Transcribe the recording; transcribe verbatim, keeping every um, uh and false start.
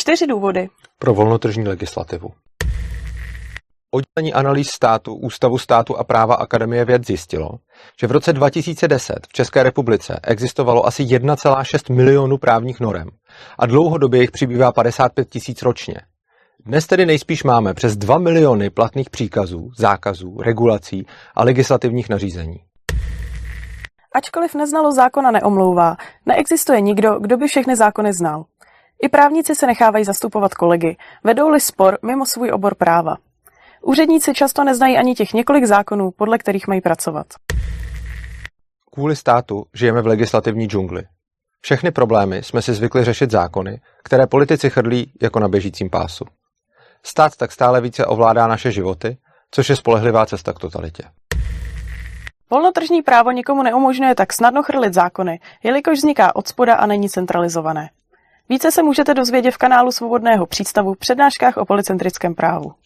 Čtyři důvody pro volnotržní legislativu. Oddělení analýz státu, Ústavu státu a práva Akademie věd zjistilo, že v roce dva tisíce deset v České republice existovalo asi jedna celá šest milionu právních norem a dlouhodobě jich přibývá padesát pět tisíc ročně. Dnes tedy nejspíš máme přes dva miliony platných příkazů, zákazů, regulací a legislativních nařízení. Ačkoliv neznalost zákona neomlouvá, neexistuje nikdo, kdo by všechny zákony znal. I právníci se nechávají zastupovat kolegy, vedou-li spor mimo svůj obor práva. Úředníci často neznají ani těch několik zákonů, podle kterých mají pracovat. Kvůli státu žijeme v legislativní džungli. Všechny problémy jsme si zvykli řešit zákony, které politici chrlí jako na běžícím pásu. Stát tak stále více ovládá naše životy, což je spolehlivá cesta k totalitě. Volnotržní právo nikomu neumožňuje tak snadno chrlit zákony, jelikož vzniká od spoda a není centralizované. Více se můžete dozvědět v kanálu Svobodného přístavu v přednáškách o policentrickém právu.